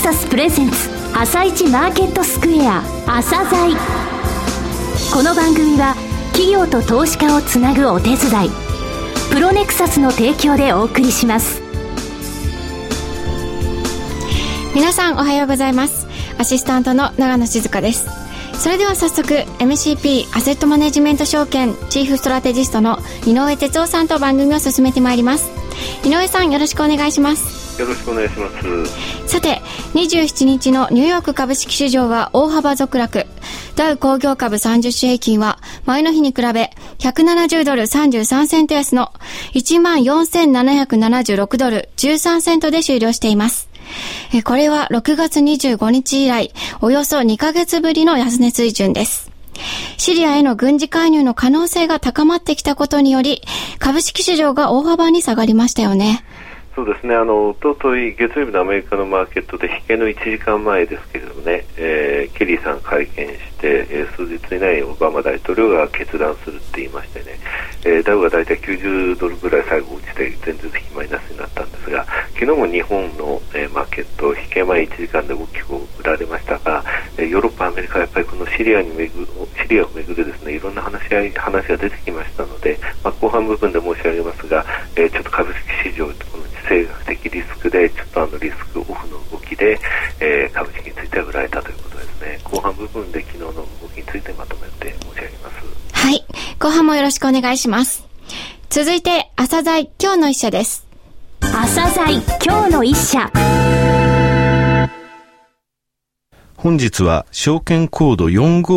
サスプレゼンツ朝市マーケットスクエア朝鮮。この番組は企業と投資家をつなぐお手伝い、プロネクサスの提供でお送りします。 皆さんおはようございます。アシスタントの長野静香です。それでは早速 MCP アセットマネジメント証券チーフストラテジストの井上哲夫さんと番組を進めてまいります。井上さん、よろしくお願いします。 よろしくお願いします。さて、27日のニューヨーク株式市場は大幅続落。ダウ工業株30種平均は前の日に比べ170ドル33セント安の 14,776 ドル13セントで終了しています。これは6月25日以来およそ2ヶ月ぶりの安値水準です。シリアへの軍事介入の可能性が高まってきたことにより株式市場が大幅に下がりましたよね。 そうですね、おととい月曜日のアメリカのマーケットで引けの1時間前ですけれどもね、ケリーさん会見して、数日以内にオバマ大統領が決断するって言いましてね、ダウがだいたい90ドルぐらい最後落ちて前日比マイナスになったんですが、昨日も日本の、マーケット引け前1時間で大きく売られましたが、ヨーロッパ、アメリカはやっぱりこのシリアをめぐるですね、いろんな話が出てきましたので、後半部分で申し上げますが、ちょっと株式市場この地政学的リスクでちょっとリスクオフの動きで、株式については売られたということですね。後半部分で昨日の動きについてまとめて申し上げます。 はい、後半もよろしくお願いします。続いて朝鮮今日の一社です。 朝鮮今日の一社。 本日は証券コード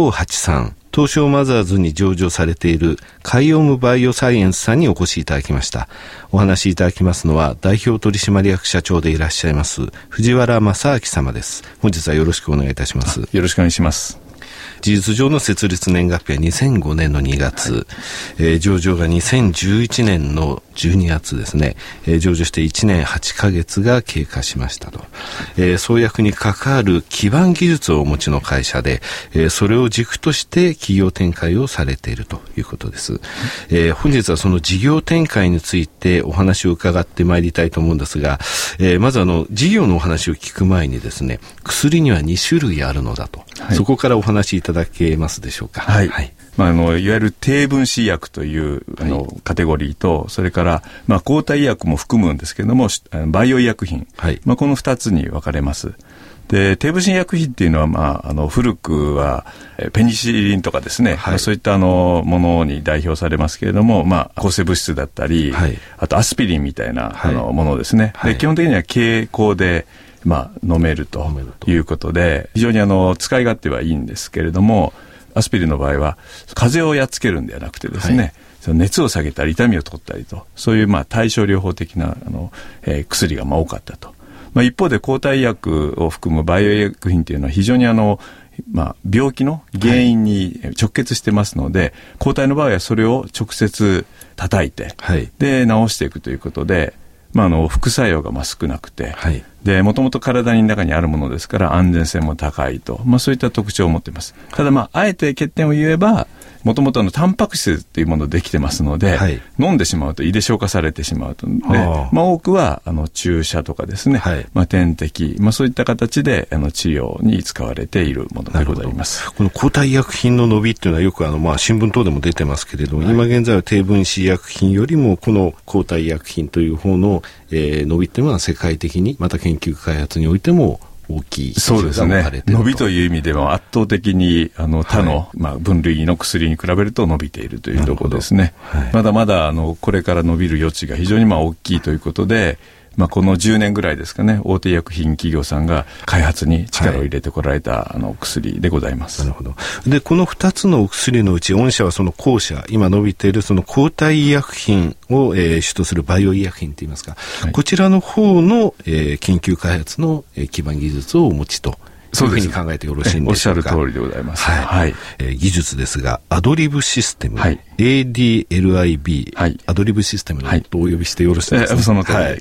4583東証マザーズに上場されているカイオムバイオサイエンスさんにお越しいただきました。お話しいただきますのは代表取締役社長でいらっしゃいます藤原正明様です。本日はよろしくお願いいたします。 よろしくお願いします。 事実上の設立年月日は2005年の2月、上場が2011年の12月ですね、上場して1年8ヶ月が経過しましたと。創薬に関わる基盤技術をお持ちの会社で、それを軸として企業展開をされているということです。本日はその事業展開についてお話を伺ってまいりたいと思うんですが、まず事業のお話を聞く前にですね、薬には2種類あるのだと、はい、そこからお話しいただけますでしょうか。 はい、はい。いわゆる低分子医薬というカテゴリーと、それから抗体医薬も含むんですけれども、バイオ医薬品、はい、この2つに分かれます。で、低分子医薬品っていうのは、古くはペニシリンとかですね、はい、そういったものに代表されますけれども、抗生物質だったり、はい、あとアスピリンみたいな、はい、ものですね、はい、で基本的には経口で飲めるということで、非常に使い勝手はいいんですけれども、アスピリンの場合は風邪をやっつけるんではなくてですね、はい、その熱を下げたり痛みを取ったりと、そういう対症療法的な薬が多かったと。一方で抗体医薬を含むバイオ医薬品というのは非常に病気の原因に直結してますので、はい、抗体の場合はそれを直接叩いて、はい、で治していくということで、副作用が少なくて、はい、でもともと体の中にあるものですから安全性も高いと、そういった特徴を持っています。ただあえて欠点を言えば、もともとタンパク質というものでできてますので、はい、飲んでしまうと胃で消化されてしまうとで、多くは注射とかですね、はい、点滴、そういった形で治療に使われているものでございます。 この抗体医薬品の伸びっていうのはよく新聞等でも出てますけれども、はい、今現在は低分子医薬品よりもこの抗体医薬品という方の、伸びっていうのは世界的にまた研究開発においても大きい。 そうですね。伸びという意味では圧倒的に他の、分類の薬に比べると伸びているというところですね。はい、まだまだこれから伸びる余地が非常に大きいということで、この10年ぐらいですかね、大手医薬品企業さんが開発に力を入れてこられた、薬でございます。 なるほど。で、この2つのお薬のうち、御社はその後者、今伸びているその抗体医薬品を、主とするバイオ医薬品といいますか、はい、こちらの方の、研究開発の、基盤技術をお持ちと。そういうふうに考えてよろしいんでしょうか。 おっしゃる通りでございます。 はい。技術ですが、アドリブシステム、はい、ADLIB、はい、アドリブシステムとお呼びしてよろしいですか。 その通り、 はい。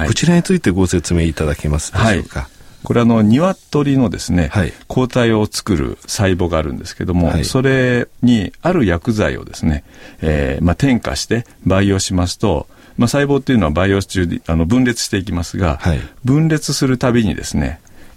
こちらについてご説明いただけますでしょうか。はい、 これ鶏のですね、はい、抗体を作る細胞があるんですけども、はい、それにある薬剤をですね、添加して培養しますと、細胞っていうのは培養中で分裂していきますが、はい、分裂するたびにですね、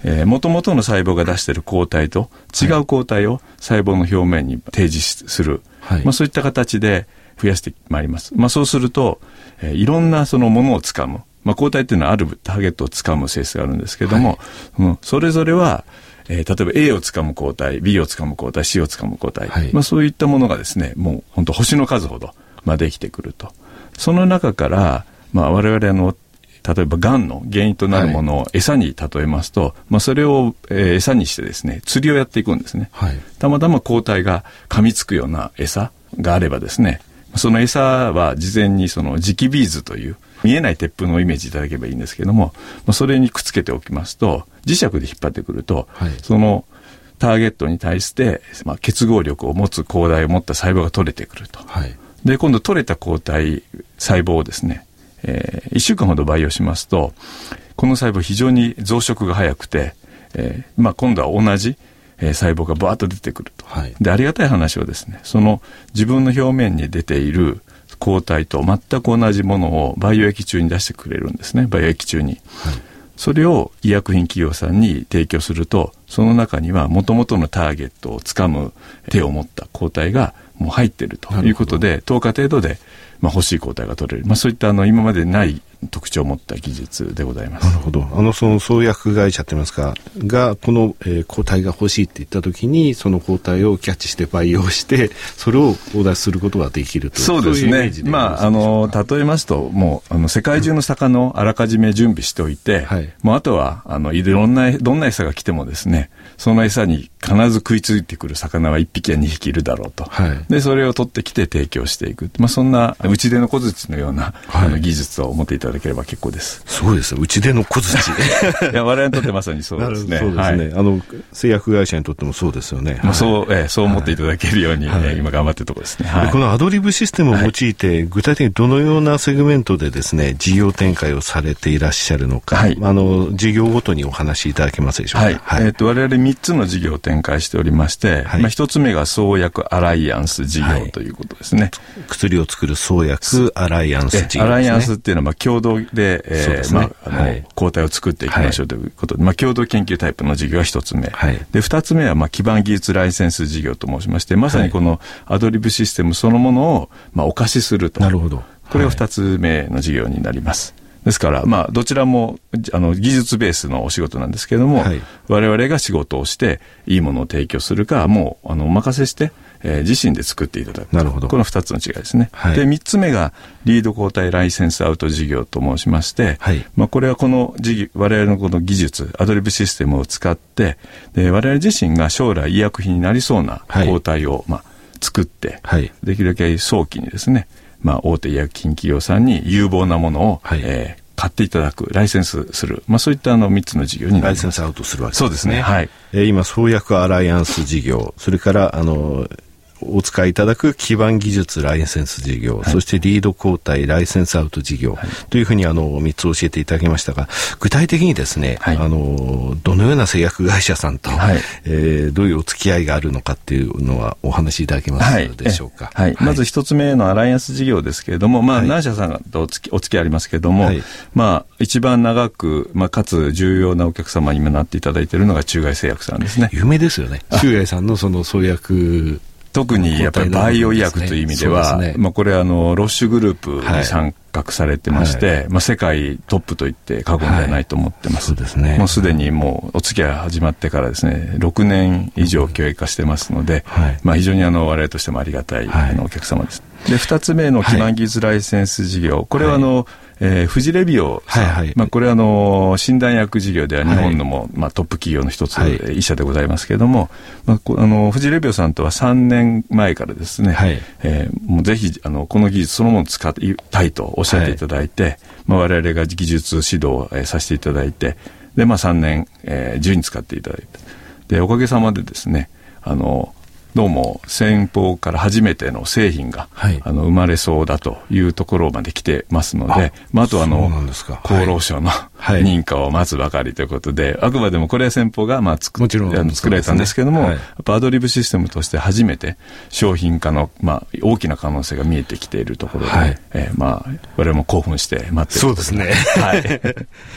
元々の細胞が出している抗体と違う抗体を細胞の表面に提示する、そういった形で増やしてまいります。そうすると、いろんなそのものをつかむ、抗体っていうのはあるターゲットをつかむ性質があるんですけども、それぞれは、例えば A をつかむ抗体、B をつかむ抗体、C をつかむ抗体、そういったものがですね、もう本当星の数ほど、できてくると。その中から、我々例えばがんの原因となるものを餌に例えますと、それを、餌にしてですね、釣りをやっていくんですね。たまたま抗体が噛みつくような餌があればですね、その餌は事前にその磁気ビーズという見えない鉄粉のイメージいただければいいんですけども、それにくっつけておきますと、磁石で引っ張ってくると、そのターゲットに対して、結合力を持つ抗体を持った細胞が取れてくると。で、今度取れた抗体細胞をですね、1週間ほど培養しますと、この細胞非常に増殖が早くて、今度は同じ細胞がバーッと出てくると。で、ありがたい話はですね、その自分の表面に出ている抗体と全く同じものを培養液中に出してくれるんですね。培養液中に。それを医薬品企業さんに提供すると、その中には元々のターゲットをつかむ手を持った抗体がもう入っているということで、10日程度で欲しい抗体が取れる。そういった今までない特徴を持った技術でございます。 なるほど。その創薬会社といいますかがこの、抗体が欲しいって言ったときに、その抗体をキャッチして培養してそれをお出しすることができると。 そうですね。例えますと、もう世界中の魚をあらかじめ準備しておいて、もうあとはどんな餌が来てもですね、その餌に必ず食いついてくる魚は1匹や2匹いるだろうと。で、それを取ってきて提供していく。そんな打ち出の小槌のような、技術を持っていただければ結構です。 そうです。打ち出の小槌。 いや、我々にとってまさにそうですね。 そうですね。製薬会社にとってもそうですよね。 そう思っていただけるように、今頑張っているところですね。 このアドリブシステムを用いて、具体的にどのようなセグメントでですね、事業展開をされていらっしゃるのか、事業ごとにお話しいただけますでしょうか。 我々3つの事業を展開しておりまして、1つ目が創薬アライアンス事業ということですね。 薬を作る創薬アライアンス事業ですね。 アライアンスっていうのは共同で、抗体を作っていきましょうということで、共同研究タイプの事業が1つ目。で、2つ目は基盤技術ライセンス事業と申しまして、まさにこのアドリブシステムそのものをお貸しすると。 なるほど。 これが2つ目の事業になります。ですから、どちらも技術ベースのお仕事なんですけれども、我々が仕事をしていいものを提供するか、もうお任せして、自身で作っていただく。 なるほど。 この2つの違いですね。で、3つ目がリード抗体ライセンスアウト事業と申しまして、これはこの我々のこの技術、アドリブシステムを使って、で、我々自身が将来医薬品になりそうな抗体を作って、できるだけ早期にですね、大手医薬品企業さんに有望なものを、買っていただく、ライセンスする、そういった3つの事業になります。 ライセンスアウトするわけですね。 そうですね。 今、創薬アライアンス事業、それからお使いいただく基盤技術ライセンス事業、そしてリード抗体ライセンスアウト事業、というふうに3つ教えていただきましたが、具体的にですね、どのような製薬会社さんと、どういうお付き合いがあるのかっていうのはお話しいただけますでしょうか。 まず1つ目のアライアンス事業ですけれども、何社さんとお付き合いありますけれども、一番長く、かつ重要なお客様に今なっていただいているのが中外製薬さんですね。 有名ですよね。中外さんのその創薬特にやっぱりバイオ医薬という意味では、これはロッシュグループに参画されてまして、世界トップと言って過言ではないと思ってます。 そうですね。 もうすでにもうお付き合い始まってからですね、6年以上経過してますので、非常に我々としてもありがたいお客様です。で、2つ目の基盤技術ライセンス事業、これは富士レビオさん、これは診断薬事業では日本のも、トップ企業の一つ、一社でございますけれども、富士レビオさんとは3年前からですね、もうぜひこの技術そのものを使いたいとおっしゃっていただいて、我々が技術指導をさせていただいて、で、3年、順に使っていただいて、で、おかげさまでですね、どうも先方から初めての製品が、生まれそうだというところまで来てますので、あとは厚労省の認可を待つばかりということで、あくまでもこれは先方が作られたんですけれども、やっぱアドリブシステムとして初めて商品化の大きな可能性が見えてきているところで、我々も興奮して待っている。 そうですね。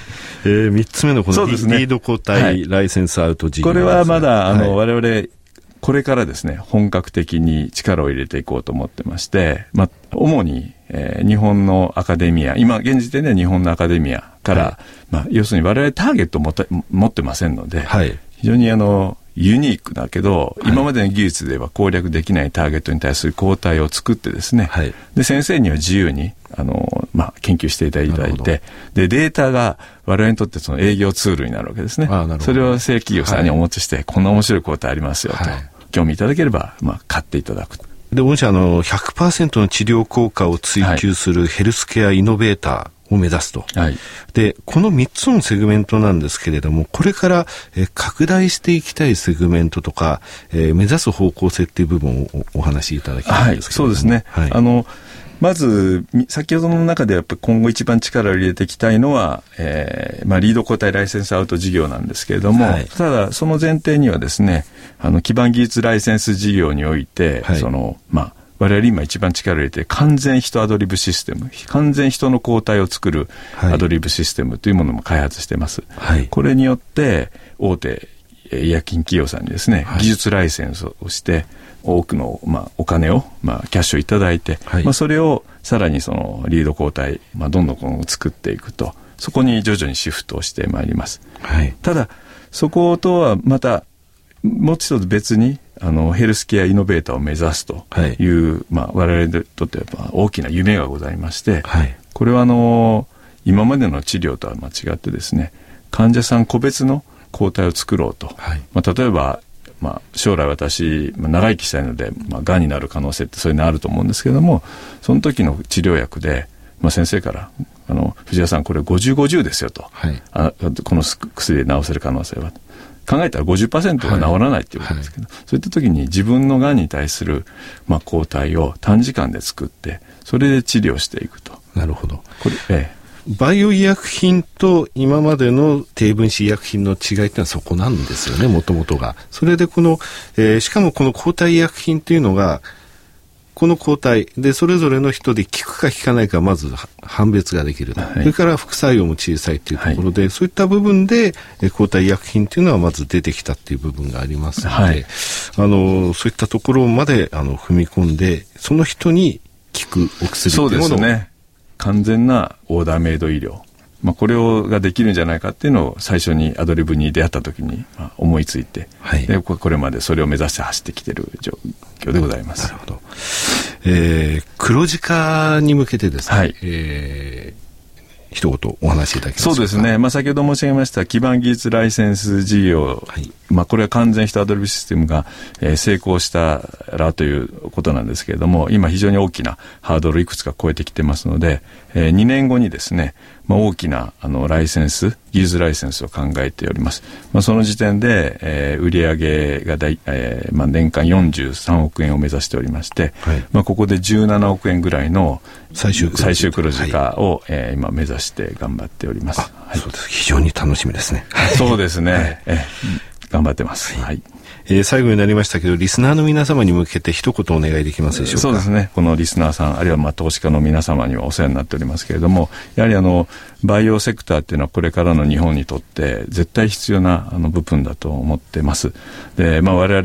3つ目のこの、 ね、 リード交代ライセンスアウト事業、 これはまだ我々これからですね本格的に力を入れていこうと思ってまして、主に、日本のアカデミア、今現時点では日本のアカデミアから、要するに我々ターゲットを持ってませんので、非常にユニークだけど、今までの技術では攻略できないターゲットに対する抗体を作ってですね、で先生には自由に研究していただいて、でデータが我々にとってその営業ツールになるわけですね。それを正企業さんにお持ちして、こんな面白い抗体ありますよと、興味いただければ買っていただくと。 で御社100% の治療効果を追求するヘルスケアイノベーターを目指すと、でこの3つのセグメントなんですけれども、これから拡大していきたいセグメントとか、目指す方向性っていう部分をお話しいただきたいんですけれども。 そうですね、まず先ほどの中でやっぱり今後一番力を入れていきたいのは、リード交代ライセンスアウト事業なんですけれども、ただその前提にはですね、基盤技術ライセンス事業において、我々今一番力を入れて完全人アドリブシステム、完全人の抗体を作るアドリブシステムというものも開発しています。これによって大手医薬品企業さんにですね、技術ライセンスをして多くの、お金を、キャッシュをいただいて、それをさらにそのリード抗体、どんどん作っていくと、そこに徐々にシフトをしてまいります。ただそことはまたもう一つ別にヘルスケアイノベーターを目指すという、我々にとっては大きな夢がございまして、これは今までの治療とは違ってですね、患者さん個別の抗体を作ろうと、例えば将来私、長生きしたいので、がんになる可能性ってそういうのあると思うんですけれども、その時の治療薬で、先生から藤原さんこれ 50-50 ですよと、この薬で治せる可能性は考えたら 50% が治らないっていうことですけど、そういった時に自分のがんに対する、抗体を短時間で作ってそれで治療していくと。 なるほど。これ、バイオ医薬品と今までの低分子医薬品の違いっていうのはそこなんですよね、もともとが。それでしかもこの抗体医薬品っていうのがこの抗体でそれぞれの人で効くか効かないかまず判別ができる、それから副作用も小さいというところで、そういった部分で抗体医薬品というのはまず出てきたっていう部分がありますので、そういったところまで踏み込んでその人に効くお薬というものを、 そうですね、完全なオーダーメイド医療、これができるんじゃないかっていうのを最初にアドリブに出会った時に思いついて、でこれまでそれを目指して走ってきている状況でございます。 なるほど。黒字化に向けてですね、一言お話しいただけますか。 そうですね、先ほど申し上げました基盤技術ライセンス事業、これは完全人アドリブシステムが、成功したらということなんですけれども、今非常に大きなハードルいくつか超えてきてますので、2年後にですね、大きなライセンス、技術ライセンスを考えております。その時点で、売上が年間43億円を目指しておりまして、ここで17億円ぐらいの最終黒字化を、今目指して頑張っております。 そうです。非常に楽しみですね。 そうですね。頑張ってます。 最後になりましたけど、リスナーの皆様に向けて一言お願いできますでしょうか。 そうですね。このリスナーさん、あるいは投資家の皆様にはお世話になっておりますけれども、やはりバイオセクターっていうのはこれからの日本にとって絶対必要な部分だと思ってます。で、我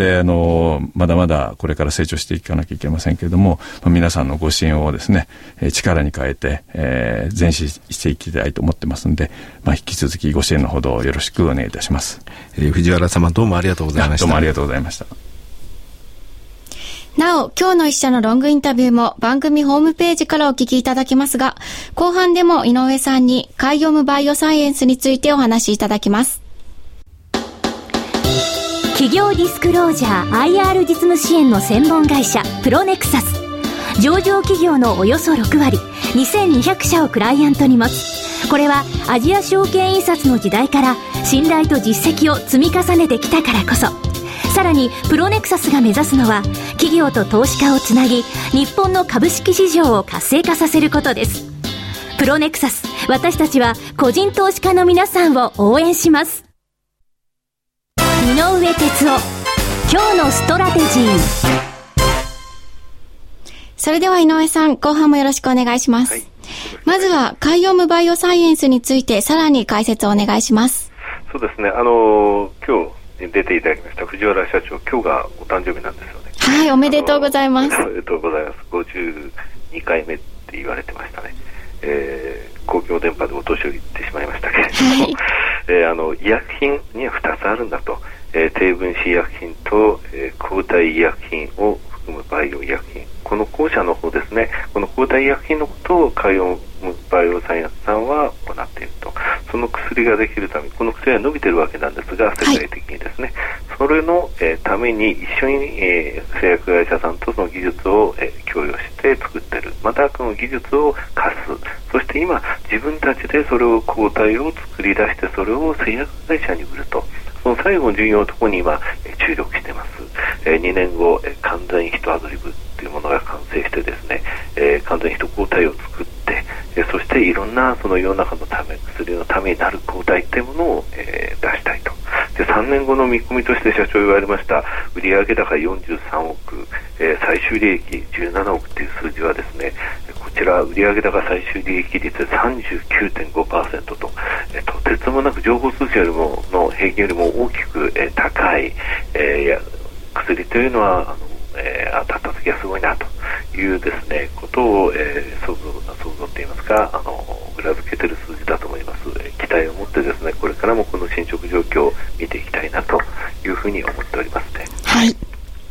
々まだまだこれから成長していかなきゃいけませんけれども、皆さんのご支援をですね、力に変えて、前進していきたいと思ってますので、引き続きご支援のほどよろしくお願いいたします。 藤原様、どうもありがとうございました。 どうもありがとうございました。 なお、今日の一社のロングインタビューも番組ホームページからお聞きいただけますが、後半でも井上さんにカイオムバイオサイエンスについてお話しいただきます。 企業ディスクロージャー IR 実務支援の専門会社プロネクサス。上場企業のおよそ6割、2200社をクライアントに持つ。これはアジア証券印刷の時代から信頼と実績を積み重ねてきたからこそ、さらにプロネクサスが目指すのは企業と投資家をつなぎ、日本の株式市場を活性化させることです。プロネクサス、私たちは個人投資家の皆さんを応援します。井上哲夫、今日のストラテジー。 それでは井上さん、後半もよろしくお願いします。 まずは海洋無バイオサイエンスについてさらに解説をお願いします。 そうですね、今日出ていただきました藤原社長、今日がお誕生日なんですよね。 はい、おめでとうございます。 おめでとうございます。52回目って言われてましたね。公共電波でお年を言ってしまいましたけれども、医薬品には2つあるんだと、低分子医薬品と、抗体医薬品を含むバイオ医薬品、この後者の方ですね、この抗体医薬品のことを海洋バイオサイエンスさんは行っていると。その薬ができるために、この薬は伸びてるわけなんですが、世界的にですね、それの、ために一緒に、製薬会社さんとその技術を、共有して作っている。またこの技術を貸す。そして今自分たちでそれを抗体を作り出して、それを製薬会社に売ると。その最後の重要なところに今注力しています。2年後、完全ヒトアドリブというものが完成してですね、完全ヒト抗体を作って、そしていろんなその世の中のため、薬のためになる抗体というものを、出したいと。で、3年後の見込みとして社長言われました売上高43億、最終利益17億という数字はですね、こちら売上高最終利益率 39.5% と、とてつもなく情報数字よりもの平均よりも大きく、高い、薬というのは当たった時はすごいなというですねことを、想像っていいますか、裏付けている数字だと思います。期待を持ってですね、これからもこの進捗状況を見ていきたいなというふうに思っておりますね。 はい。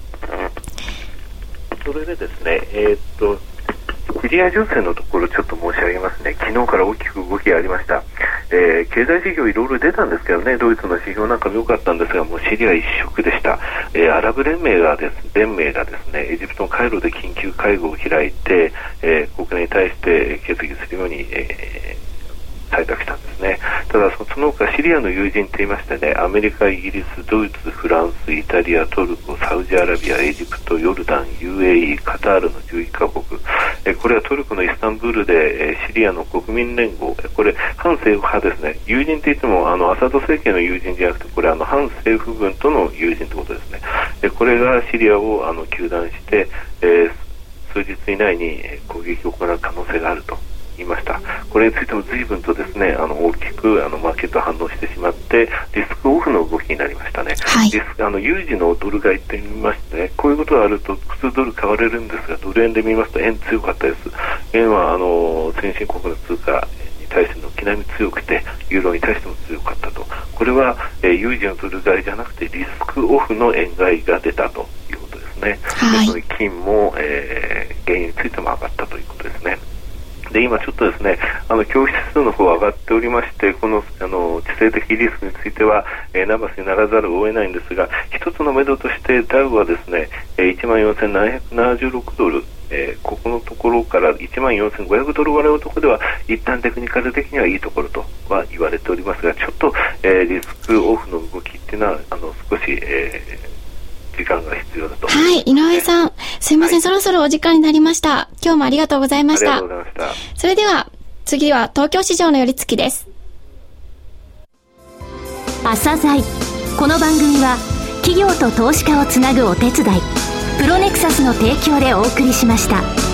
それでですね、クリア情勢のところちょっと申し上げますね。昨日から大きく動きがありました。経済指標いろいろ出たんですけどね、ドイツの指標なんかも良かったんですが、もうシリア一色でした。アラブ連盟がですね、エジプトのカイロで緊急会合を開いて、国連に対して決議するように、採択したんですね。ただその他シリアの友人って言いましてね、アメリカ、イギリス、ドイツ、フランス、イタリア、トルコ、サウジアラビア、エジプト、ヨルダン、UAE、カタールの11カ国、これはトルコのイスタンブールで、シリアの国民連合、これ反政府派ですね。友人って言ってもアサド政権の友人じゃなくて、これ反政府軍との友人ということですね。これがシリアを糾弾して、数日以内に攻撃を行う可能性があると言いました。これについても随分とですね、大きくマーケット反応してしまって、リスクオフの動きになりましたね。 はい、 有事のドル買いって言いましてね、こういうことがあると普通ドル買われるんですが、ドル円で見ますと円強かったです。円は先進国の通貨に対しての軒並み強くて、ユーロに対しても強かったと。これは、有事のドル買いじゃなくてリスクオフの円買いが出たということですね。 はい、 その金も、原油についても上がったということですね。で、今ちょっとですね、教室数の方上がっておりまして、この地政的リスクについては、ナバスにならざるを得ないんですが、一つの目処としてダウはですね、14,776ドル、ここのところから14,500ドル割れのところでは一旦テクニカル的にはいいところとは言われておりますが、ちょっと、リスクオフの動きっていうのは少し、時間が必要だと。 はい、井上さん、すいません、はい、そろそろお時間になりました。今日もありがとうございました。 ありがとうございました。 それでは次は東京市場の寄り付きです。 朝鮮。この番組は企業と投資家をつなぐお手伝い、プロネクサスの提供でお送りしました。